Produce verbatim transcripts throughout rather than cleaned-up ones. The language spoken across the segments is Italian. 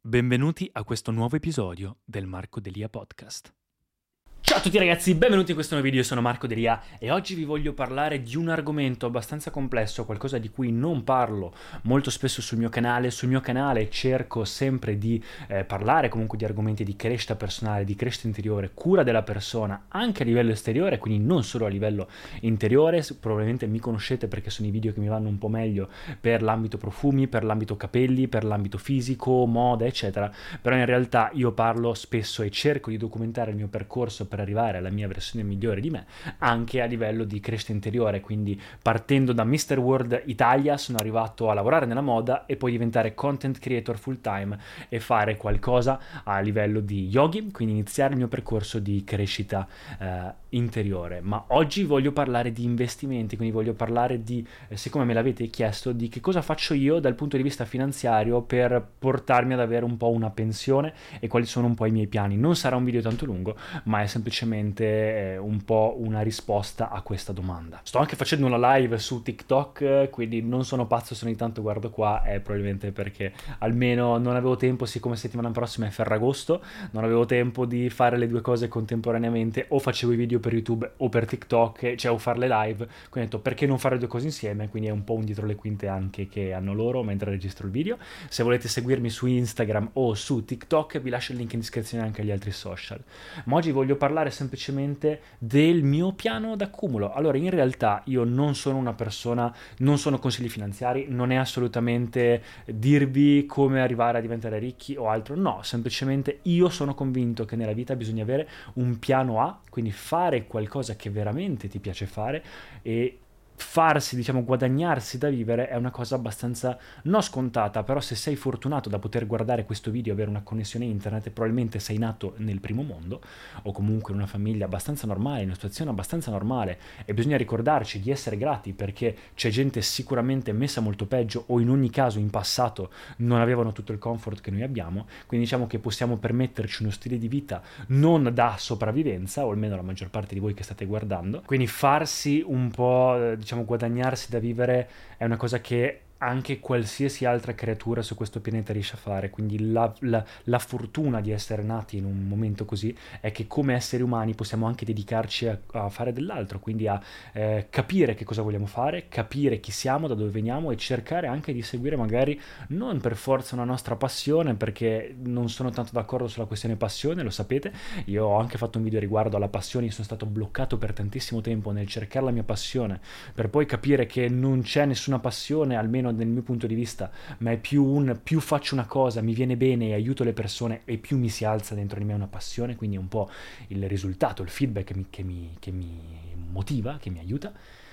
Benvenuti a questo nuovo episodio del Marco Delia Podcast. Ciao a tutti ragazzi, benvenuti in questo nuovo video, io sono Marco Delia e oggi vi voglio parlare di un argomento abbastanza complesso, qualcosa di cui non parlo molto spesso sul mio canale. Sul mio canale cerco sempre di eh, parlare comunque di argomenti di crescita personale, di crescita interiore, cura della persona, anche a livello esteriore, quindi non solo a livello interiore. Probabilmente mi conoscete perché sono i video che mi vanno un po' meglio per l'ambito profumi, per l'ambito capelli, per l'ambito fisico, moda, eccetera. Però in realtà io parlo spesso e cerco di documentare il mio percorso per arrivare alla mia versione migliore di me, anche a livello di crescita interiore. Quindi partendo da mister World Italia sono arrivato a lavorare nella moda e poi diventare content creator full time e fare qualcosa a livello di yogi, quindi iniziare il mio percorso di crescita eh, interiore. Ma oggi voglio parlare di investimenti, quindi voglio parlare di, eh, siccome me l'avete chiesto, di che cosa faccio io dal punto di vista finanziario per portarmi ad avere un po' una pensione e quali sono un po' i miei piani. Non sarà un video tanto lungo, ma è semplicemente eh, un po' una risposta a questa domanda. Sto anche facendo una live su TikTok, quindi non sono pazzo se ogni tanto guardo qua, è probabilmente perché almeno non avevo tempo, siccome settimana prossima è Ferragosto, non avevo tempo di fare le due cose contemporaneamente, o facevo i video per YouTube o per TikTok, cioè o farle live, quindi ho detto perché non fare le due cose insieme, quindi è un po' un dietro le quinte anche che hanno loro mentre registro il video. Se volete seguirmi su Instagram o su TikTok vi lascio il link in descrizione anche agli altri social. Ma oggi voglio parlare semplicemente del mio piano d'accumulo. Allora, in realtà io non sono una persona, non sono consigli finanziari, non è assolutamente dirvi come arrivare a diventare ricchi o altro, no, semplicemente io sono convinto che nella vita bisogna avere un piano A, quindi fare qualcosa che veramente ti piace fare e farsi, diciamo, guadagnarsi da vivere è una cosa abbastanza non scontata, però se sei fortunato da poter guardare questo video e avere una connessione internet, probabilmente sei nato nel primo mondo o comunque in una famiglia abbastanza normale, in una situazione abbastanza normale, e bisogna ricordarci di essere grati perché c'è gente sicuramente messa molto peggio o in ogni caso in passato non avevano tutto il comfort che noi abbiamo, quindi diciamo che possiamo permetterci uno stile di vita non da sopravvivenza, o almeno la maggior parte di voi che state guardando, quindi farsi un po', diciamo, guadagnarsi da vivere è una cosa che anche qualsiasi altra creatura su questo pianeta riesce a fare. Quindi la, la, la fortuna di essere nati in un momento così è che come esseri umani possiamo anche dedicarci a, a fare dell'altro, quindi a eh, capire che cosa vogliamo fare, capire chi siamo, da dove veniamo e cercare anche di seguire magari non per forza una nostra passione, perché non sono tanto d'accordo sulla questione passione, lo sapete. Io ho anche fatto un video riguardo alla passione, io sono stato bloccato per tantissimo tempo nel cercare la mia passione per poi capire che non c'è nessuna passione, almeno nel mio punto di vista, ma è più un più faccio una cosa, mi viene bene e aiuto le persone e più mi si alza dentro di me una passione, quindi è un po' il risultato, il feedback che mi, che mi, che mi motiva, che mi aiuta.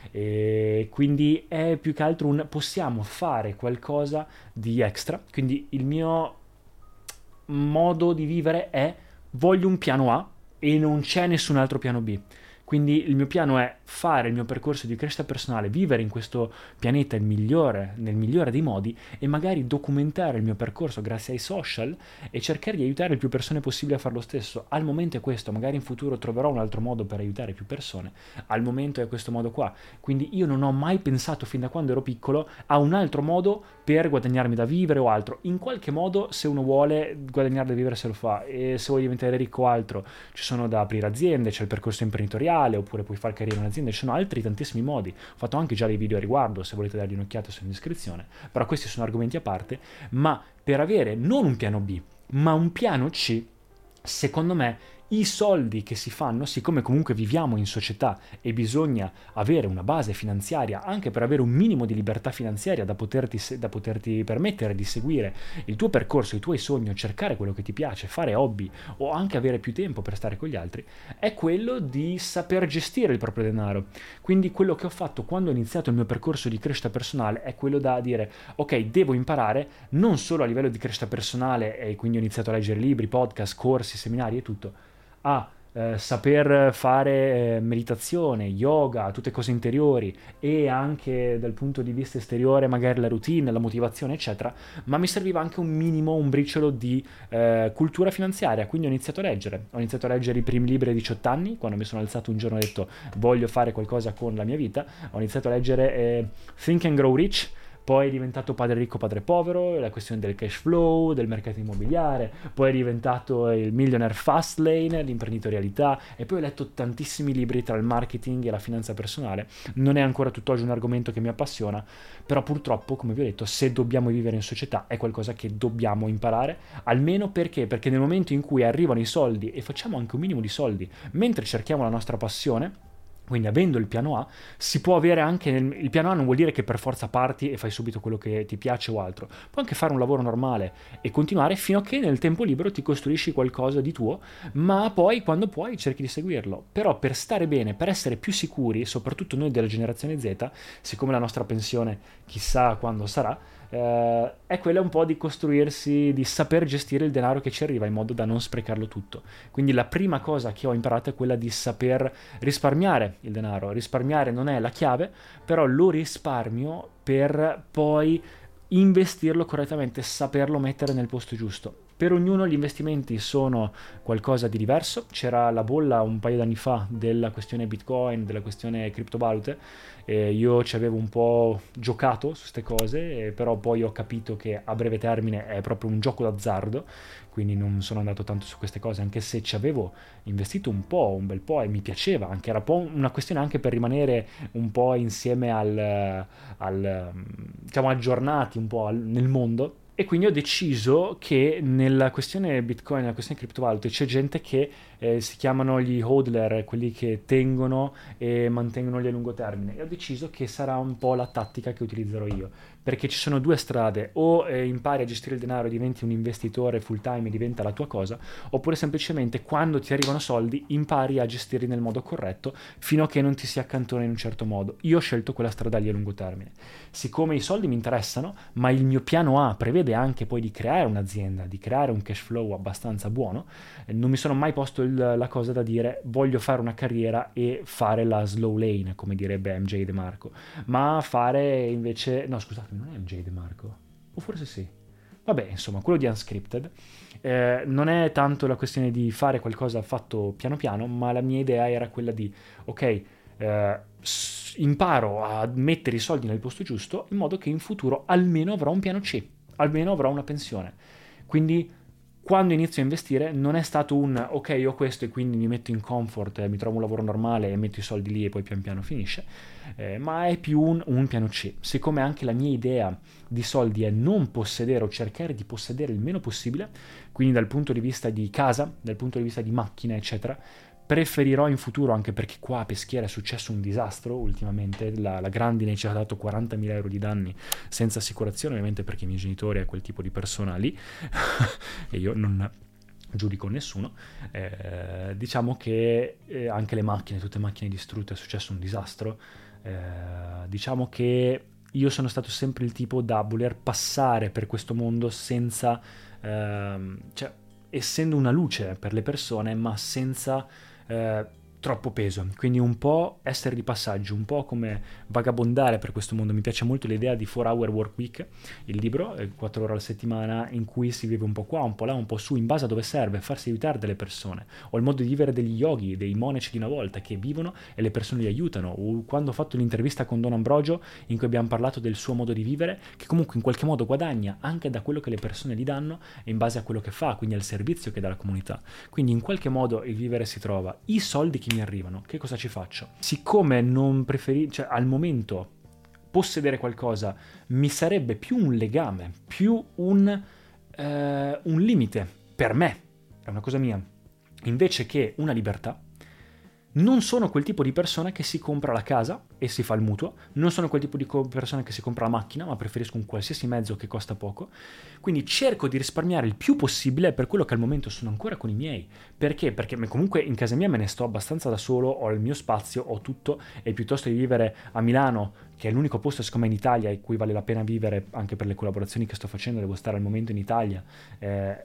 E quindi è più che altro un possiamo fare qualcosa di extra. Quindi il mio modo di vivere è voglio un piano A e non c'è nessun altro piano B. Quindi il mio piano è fare il mio percorso di crescita personale, vivere in questo pianeta il migliore, nel migliore dei modi, e magari documentare il mio percorso grazie ai social e cercare di aiutare il più persone possibile a fare lo stesso. Al momento è questo, magari in futuro troverò un altro modo per aiutare più persone, al momento è questo modo qua. Quindi io non ho mai pensato fin da quando ero piccolo a un altro modo per guadagnarmi da vivere o altro. In qualche modo, se uno vuole guadagnare da vivere se lo fa, e se vuoi diventare ricco o altro ci sono da aprire aziende, c'è il percorso imprenditoriale, oppure puoi fare carriera in un'azienda, ci sono altri tantissimi modi. Ho fatto anche già dei video a riguardo, se volete dargli un'occhiata sono in descrizione, però questi sono argomenti a parte. Ma per avere non un piano B ma un piano C, secondo me i soldi che si fanno, siccome comunque viviamo in società e bisogna avere una base finanziaria anche per avere un minimo di libertà finanziaria da poterti, da poterti permettere di seguire il tuo percorso, i tuoi sogni, cercare quello che ti piace, fare hobby o anche avere più tempo per stare con gli altri, è quello di saper gestire il proprio denaro. Quindi quello che ho fatto quando ho iniziato il mio percorso di crescita personale è quello da dire ok, devo imparare non solo a livello di crescita personale, e quindi ho iniziato a leggere libri, podcast, corsi, seminari e tutto, a eh, saper fare eh, meditazione, yoga, tutte cose interiori, e anche dal punto di vista esteriore magari la routine, la motivazione eccetera, ma mi serviva anche un minimo, un briciolo di eh, cultura finanziaria. Quindi ho iniziato a leggere ho iniziato a leggere i primi libri a diciotto anni, quando mi sono alzato un giorno e ho detto voglio fare qualcosa con la mia vita. Ho iniziato a leggere eh, Think and Grow Rich, poi è diventato padre ricco, padre povero, la questione del cash flow, del mercato immobiliare, poi è diventato il millionaire fast lane, l'imprenditorialità, e poi ho letto tantissimi libri tra il marketing e la finanza personale. Non è ancora tutt'oggi un argomento che mi appassiona, però purtroppo, come vi ho detto, se dobbiamo vivere in società è qualcosa che dobbiamo imparare, almeno perché? Perché nel momento in cui arrivano i soldi, e facciamo anche un minimo di soldi, mentre cerchiamo la nostra passione, quindi avendo il piano A, si può avere anche, nel, il piano A non vuol dire che per forza parti e fai subito quello che ti piace o altro, puoi anche fare un lavoro normale e continuare fino a che nel tempo libero ti costruisci qualcosa di tuo, ma poi quando puoi cerchi di seguirlo. Però per stare bene, per essere più sicuri, soprattutto noi della generazione Z, siccome la nostra pensione chissà quando sarà, eh, è quella un po' di costruirsi, di saper gestire il denaro che ci arriva in modo da non sprecarlo tutto. Quindi la prima cosa che ho imparato è quella di saper risparmiare il denaro. Risparmiare non è la chiave, però lo risparmio per poi investirlo correttamente, saperlo mettere nel posto giusto. Per ognuno gli investimenti sono qualcosa di diverso. C'era la bolla un paio d'anni fa della questione Bitcoin, della questione criptovalute, e io ci avevo un po' giocato su queste cose, però poi ho capito che a breve termine è proprio un gioco d'azzardo, quindi non sono andato tanto su queste cose, anche se ci avevo investito un po', un bel po', e mi piaceva, anche era un po' una questione anche per rimanere un po' insieme al, al diciamo aggiornati un po' al, nel mondo. E quindi ho deciso che nella questione Bitcoin, nella questione criptovalute, c'è gente che eh, si chiamano gli hodler, quelli che tengono e mantengono a lungo termine. E ho deciso che sarà un po' la tattica che utilizzerò io, perché ci sono due strade: o eh, impari a gestire il denaro e diventi un investitore full time e diventa la tua cosa, oppure semplicemente quando ti arrivano soldi impari a gestirli nel modo corretto fino a che non ti si accantona in un certo modo. Io ho scelto quella strada lì a lungo termine. Siccome i soldi mi interessano, ma il mio piano A prevede anche poi di creare un'azienda, di creare un cash flow abbastanza buono, non mi sono mai posto il, la cosa da dire voglio fare una carriera e fare la slow lane, come direbbe M J De Marco, ma fare invece, no scusatemi, non è M J De Marco, o forse sì, vabbè, insomma, quello di Unscripted. Eh, non è tanto la questione di fare qualcosa fatto piano piano, ma la mia idea era quella di, ok, eh, imparo a mettere i soldi nel posto giusto in modo che in futuro almeno avrò un piano C, almeno avrò una pensione. Quindi quando inizio a investire non è stato un ok, ho questo e quindi mi metto in comfort, eh, mi trovo un lavoro normale e metto i soldi lì e poi pian piano finisce, eh, ma è più un, un piano C. Siccome anche la mia idea di soldi è non possedere o cercare di possedere il meno possibile, quindi dal punto di vista di casa, dal punto di vista di macchine eccetera, preferirò in futuro, anche perché qua a Peschiera è successo un disastro ultimamente, la, la grandine ci ha dato quarantamila euro di danni senza assicurazione, ovviamente perché i miei genitori è quel tipo di persona lì e io non giudico nessuno, eh, diciamo che eh, anche le macchine, tutte macchine distrutte, è successo un disastro, eh, diciamo che io sono stato sempre il tipo da voler passare per questo mondo senza, ehm, cioè essendo una luce per le persone ma senza Eh, troppo peso, quindi un po' essere di passaggio, un po' come vagabondare per questo mondo. Mi piace molto l'idea di four hour work week, il libro, quattro ore alla settimana, in cui si vive un po' qua, un po' là, un po' su, in base a dove serve, farsi aiutare delle persone. Ho il modo di vivere degli yogi, dei monaci di una volta che vivono e le persone li aiutano. O quando ho fatto l'intervista con Don Ambrogio in cui abbiamo parlato del suo modo di vivere, che comunque in qualche modo guadagna anche da quello che le persone gli danno e in base a quello che fa, quindi al servizio che dà alla comunità. Quindi in qualche modo il vivere si trova. I soldi che mi arrivano, che cosa ci faccio? Siccome non preferisco, cioè al momento possedere qualcosa mi sarebbe più un legame, più un, eh, un limite per me, è una cosa mia, invece che una libertà. Non sono quel tipo di persona che si compra la casa e si fa il mutuo, non sono quel tipo di persona che si compra la macchina, ma preferisco un qualsiasi mezzo che costa poco, quindi cerco di risparmiare il più possibile per quello che al momento sono ancora con i miei. Perché? Perché comunque in casa mia me ne sto abbastanza da solo, ho il mio spazio, ho tutto, e piuttosto di vivere a Milano, che è l'unico posto secondo me in Italia in cui vale la pena vivere, anche per le collaborazioni che sto facendo, devo stare al momento in Italia, eh,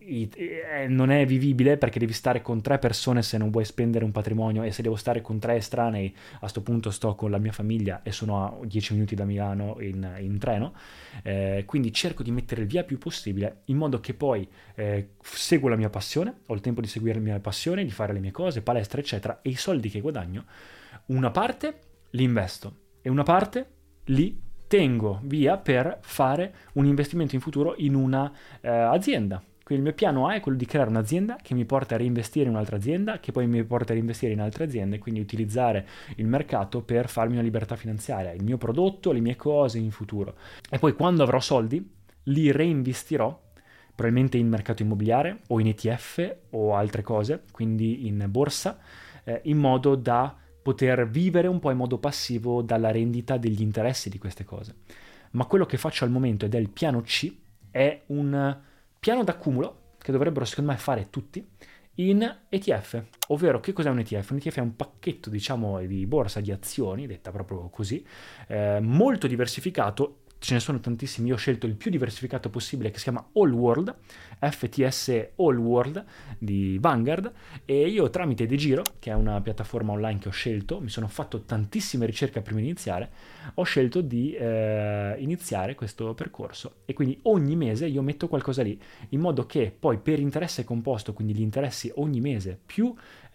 non è vivibile perché devi stare con tre persone se non vuoi spendere un patrimonio, e se devo stare con tre estranei a sto punto sto con la mia famiglia e sono a dieci minuti da Milano in, in treno, eh, quindi cerco di mettere il via più possibile in modo che poi eh, seguo la mia passione, ho il tempo di seguire la mia passione, di fare le mie cose, palestra eccetera, e i soldi che guadagno una parte li investo e una parte li tengo via per fare un investimento in futuro in una eh, azienda. Quindi il mio piano A è quello di creare un'azienda che mi porta a reinvestire in un'altra azienda, che poi mi porta a reinvestire in altre aziende, quindi utilizzare il mercato per farmi una libertà finanziaria, il mio prodotto, le mie cose in futuro. E poi quando avrò soldi, li reinvestirò probabilmente in mercato immobiliare o in E T F o altre cose, quindi in borsa, eh, in modo da poter vivere un po' in modo passivo dalla rendita degli interessi di queste cose. Ma quello che faccio al momento, ed è il piano C, è un piano d'accumulo che dovrebbero secondo me fare tutti in E T F, ovvero che cos'è un E T F? Un E T F è un pacchetto, diciamo, di borsa di azioni, detta proprio così, eh, molto diversificato. Ce ne sono tantissimi, io ho scelto il più diversificato possibile, che si chiama All World, F T S All World di Vanguard, e io tramite DeGiro, che è una piattaforma online che ho scelto, mi sono fatto tantissime ricerche prima di iniziare, ho scelto di eh, iniziare questo percorso, e quindi ogni mese io metto qualcosa lì, in modo che poi per interesse composto, quindi gli interessi ogni mese, più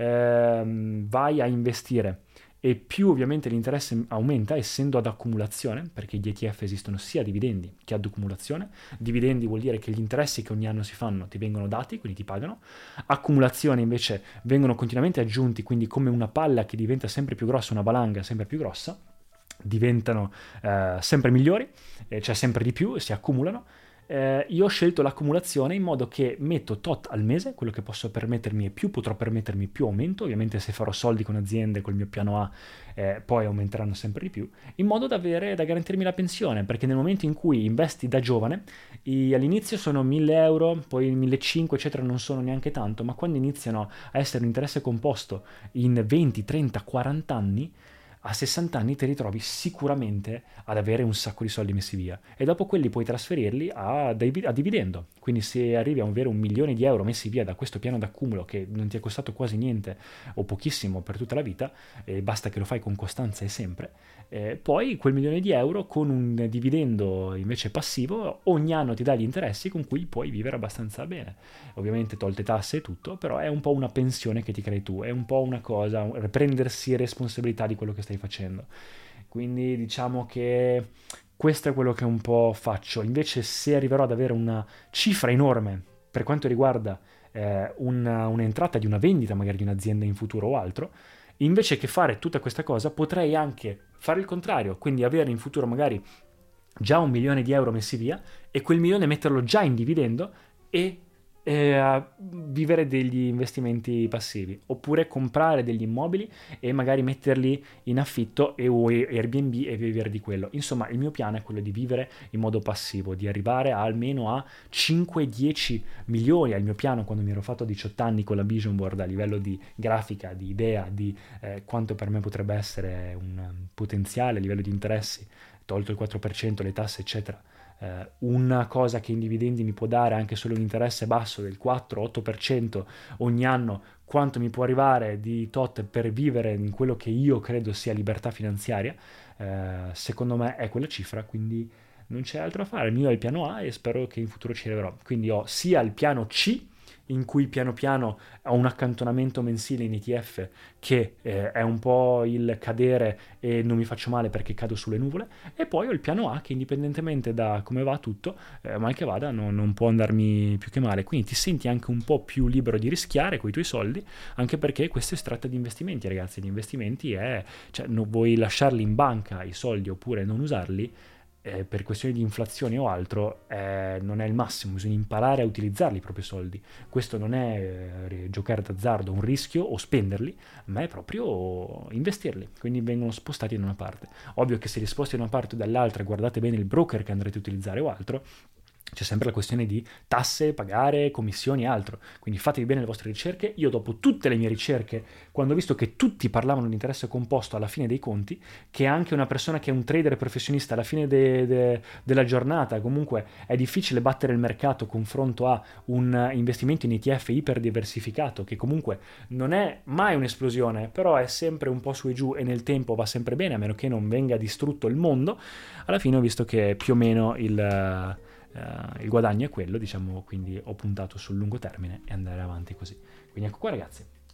eh, vai a investire e più ovviamente l'interesse aumenta essendo ad accumulazione, perché gli E T F esistono sia a dividendi che ad accumulazione. Dividendi vuol dire che gli interessi che ogni anno si fanno ti vengono dati, quindi ti pagano. Accumulazione invece vengono continuamente aggiunti, quindi come una palla che diventa sempre più grossa, una valanga sempre più grossa, diventano eh, sempre migliori, eh, cioè sempre di più, si accumulano. Eh, io ho scelto l'accumulazione in modo che metto tot al mese, quello che posso permettermi e più potrò permettermi più aumento, ovviamente se farò soldi con aziende col mio piano A eh, poi aumenteranno sempre di più, in modo da avere, da garantirmi la pensione, perché nel momento in cui investi da giovane, i, all'inizio sono mille euro, poi millecinquecento eccetera, non sono neanche tanto, ma quando iniziano a essere un interesse composto in venti, trenta, quaranta anni, a sessanta anni ti ritrovi sicuramente ad avere un sacco di soldi messi via, e dopo quelli puoi trasferirli a, a dividendo. Quindi se arrivi a avere un milione di euro messi via da questo piano d'accumulo che non ti è costato quasi niente o pochissimo per tutta la vita, e basta che lo fai con costanza e sempre, eh, poi quel milione di euro con un dividendo invece passivo ogni anno ti dà gli interessi con cui puoi vivere abbastanza bene, ovviamente tolte tasse e tutto, però è un po' una pensione che ti crei tu, è un po' una cosa, prendersi responsabilità di quello che stai facendo. Quindi diciamo che questo è quello che un po' faccio. Invece se arriverò ad avere una cifra enorme per quanto riguarda eh, una, un'entrata di una vendita magari di un'azienda in futuro o altro, invece che fare tutta questa cosa potrei anche fare il contrario, quindi avere in futuro magari già un milione di euro messi via e quel milione metterlo già in dividendo e eh, vivere degli investimenti passivi, oppure comprare degli immobili e magari metterli in affitto e o Airbnb e vivere di quello. Insomma, il mio piano è quello di vivere in modo passivo, di arrivare a almeno a cinque dieci milioni. Al mio piano, quando mi ero fatto diciotto anni con la vision board, a livello di grafica, di idea, di eh, quanto per me potrebbe essere un potenziale a livello di interessi, tolto il quattro per cento, le tasse eccetera, eh, una cosa che in dividendi mi può dare anche solo un interesse basso del quattro otto per cento ogni anno, quanto mi può arrivare di tot per vivere in quello che io credo sia libertà finanziaria, eh, secondo me è quella cifra, quindi non c'è altro da fare. Il mio è il piano A e spero che in futuro ci arriverò. Quindi ho sia il piano C, in cui piano piano ho un accantonamento mensile in E T F che eh, è un po' il cadere e non mi faccio male perché cado sulle nuvole, e poi ho il piano A che indipendentemente da come va tutto, eh, mal che vada, no, non può andarmi più che male, quindi ti senti anche un po' più libero di rischiare con i tuoi soldi, anche perché questo si tratta di investimenti, ragazzi. Gli investimenti è, cioè, non vuoi lasciarli in banca i soldi oppure non usarli, Eh, per questioni di inflazione o altro, eh, non è il massimo. Bisogna imparare a utilizzarli i propri soldi. Questo non è eh, giocare d'azzardo, un rischio o spenderli, ma è proprio investirli, quindi vengono spostati da una parte. Ovvio che se li sposti da una parte o dall'altra, guardate bene il broker che andrete a utilizzare o altro, c'è sempre la questione di tasse, pagare, commissioni e altro, quindi fatevi bene le vostre ricerche. Io dopo tutte le mie ricerche, quando ho visto che tutti parlavano di interesse composto alla fine dei conti, che anche una persona che è un trader professionista alla fine de, de, della giornata, comunque è difficile battere il mercato confronto a un investimento in E T F iper diversificato, che comunque non è mai un'esplosione, però è sempre un po' su e giù e nel tempo va sempre bene, a meno che non venga distrutto il mondo. Alla fine ho visto che più o meno il... Uh, il guadagno è quello, diciamo, quindi ho puntato sul lungo termine e andare avanti così. Quindi ecco qua, ragazzi,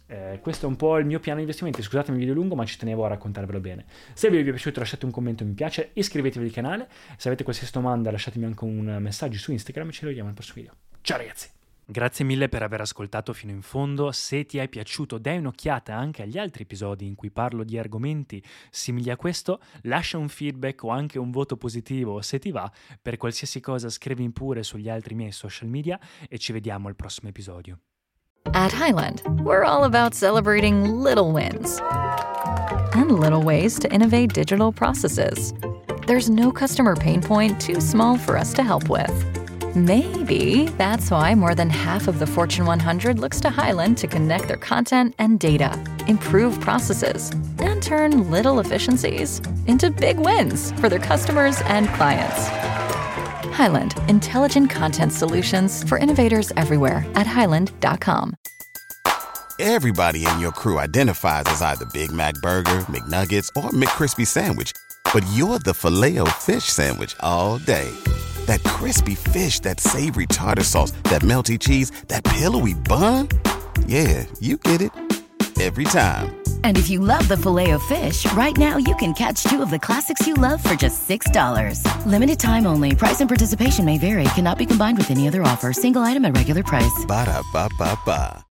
Eh, questo è un po' il mio piano di investimenti. Scusatemi il video lungo, ma ci tenevo a raccontarvelo bene. Se il video vi è piaciuto lasciate un commento mi piace, iscrivetevi al canale, se avete qualsiasi domanda lasciatemi anche un messaggio su Instagram e ci vediamo al prossimo video. Ciao ragazzi! Grazie mille per aver ascoltato fino in fondo. Se ti è piaciuto, dai un'occhiata anche agli altri episodi in cui parlo di argomenti simili a questo, lascia un feedback o anche un voto positivo se ti va. Per qualsiasi cosa scrivi pure sugli altri miei social media e ci vediamo al prossimo episodio. At Highland, we're all about celebrating little wins and little ways to innovate digital processes. There's no customer pain point too small for us to help with. Maybe that's why more than half of the Fortune one hundred looks to Highland to connect their content and data, improve processes, and turn little efficiencies into big wins for their customers and clients. Highland, intelligent content solutions for innovators everywhere at highland dot com. Everybody in your crew identifies as either Big Mac Burger, McNuggets, or McCrispy Sandwich. But you're the Filet-O-Fish Sandwich all day. That crispy fish, that savory tartar sauce, that melty cheese, that pillowy bun. Yeah, you get it. Every time. And if you love the Filet-O-Fish, right now you can catch two of the classics you love for just six dollars. Limited time only. Price and participation may vary. Cannot be combined with any other offer. Single item at regular price. Ba-da-ba-ba-ba.